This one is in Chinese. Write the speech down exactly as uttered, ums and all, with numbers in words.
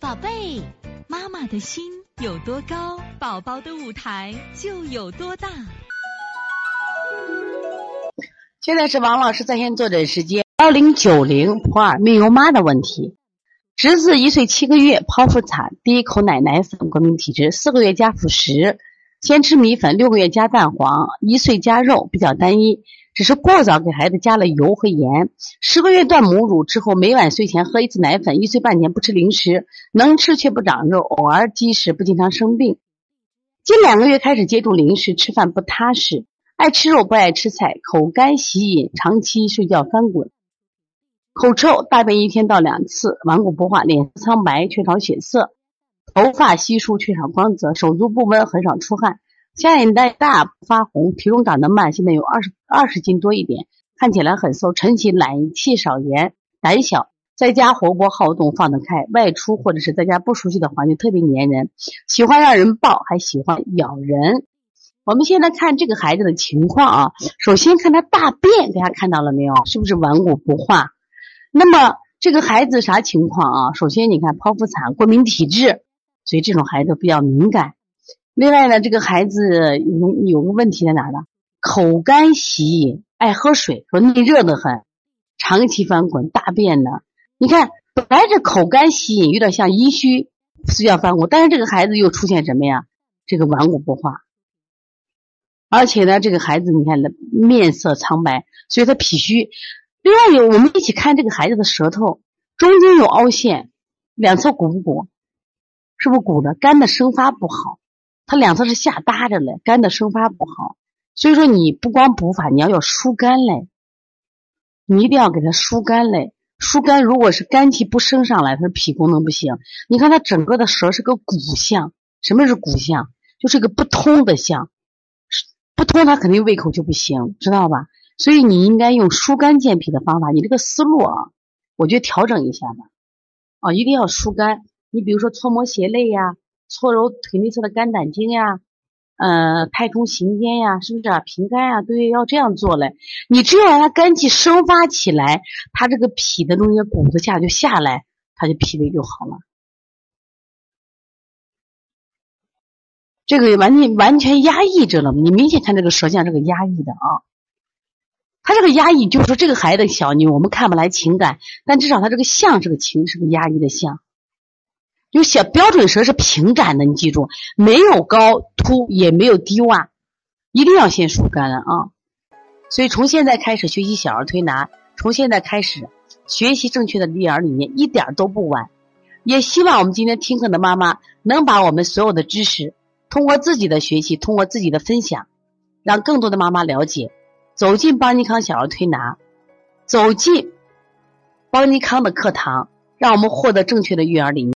宝贝，妈妈的心有多高，宝宝的舞台就有多大。 现在是王老师在线坐诊时间幺零九零普洱蜜油妈的问题。侄子一岁七个月，剖腹产，第一口奶奶粉，过敏体质，四个月加辅食，先吃米粉，六个月加蛋黄，一岁加肉，比较单一，只是过早给孩子加了油和盐。十个月断母乳之后，每晚睡前喝一次奶粉，一岁半年不吃零食，能吃却不长肉，偶尔积食，不经常生病。近两个月开始接触零食，吃饭不踏实，爱吃肉不爱吃菜，口干喜饮，长期睡觉翻滚，口臭，大便一天到两次，顽固不化，脸苍白，缺少血色，头发稀疏，缺少光泽，手足不温，很少出汗，下眼袋大，不发红，体重长得慢，现在有二十二十斤多一点，看起来很瘦，晨起懒气少言，胆小，在家活泼好动，放得开，外出或者是在家不熟悉的环境特别粘人，喜欢让人抱，还喜欢咬人。我们现在看这个孩子的情况啊，首先看他大便，大家看到了没有？是不是顽固不化？那么这个孩子啥情况啊？首先你看剖腹产，过敏体质，所以这种孩子比较敏感。另外呢，这个孩子有有个问题在哪呢？口干喜饮，爱喝水，说内热得很，长期翻滚，大便呢，你看本来这口干喜饮有点像阴虚睡觉翻滚，但是这个孩子又出现什么呀？这个顽固不化，而且呢，这个孩子你看面色苍白，所以他脾虚。另外有，我们一起看这个孩子的舌头，中间有凹陷，两侧鼓不鼓？是不是鼓的？肝的生发不好，他两侧是下搭着嘞，肝的生发不好。所以说你不光补法，你要要疏肝嘞，你一定要给他疏肝嘞。疏肝如果是肝气不升上来，他的脾功能不行。你看他整个的舌是个鼓象，什么是鼓象？就是一个不通的象，不通他肯定胃口就不行，知道吧？所以你应该用疏肝健脾的方法，你这个思路啊，我觉得调整一下吧。啊，一定要疏肝。你比如说搓摩胁肋呀，搓揉腿内侧的肝胆经呀，呃，太冲行间呀，是不是啊？平肝呀，对，要这样做嘞。你只有让他肝气生发起来，他这个脾的中间骨子下就下来，他就脾胃就好了。这个完全完全压抑着了，你明显看这个舌象这个压抑的啊。他这个压抑就是说这个孩子小，你我们看不来情感，但至少他这个象是个情，是个压抑的象。就小标准舌是平展的，你记住，没有高凸也没有低洼，一定要先疏肝了啊。所以从现在开始学习小儿推拿，从现在开始学习正确的育儿理念，一点都不晚。也希望我们今天听课的妈妈能把我们所有的知识通过自己的学习，通过自己的分享，让更多的妈妈了解，走进邦尼康小儿推拿，走进邦尼康的课堂，让我们获得正确的育儿理念。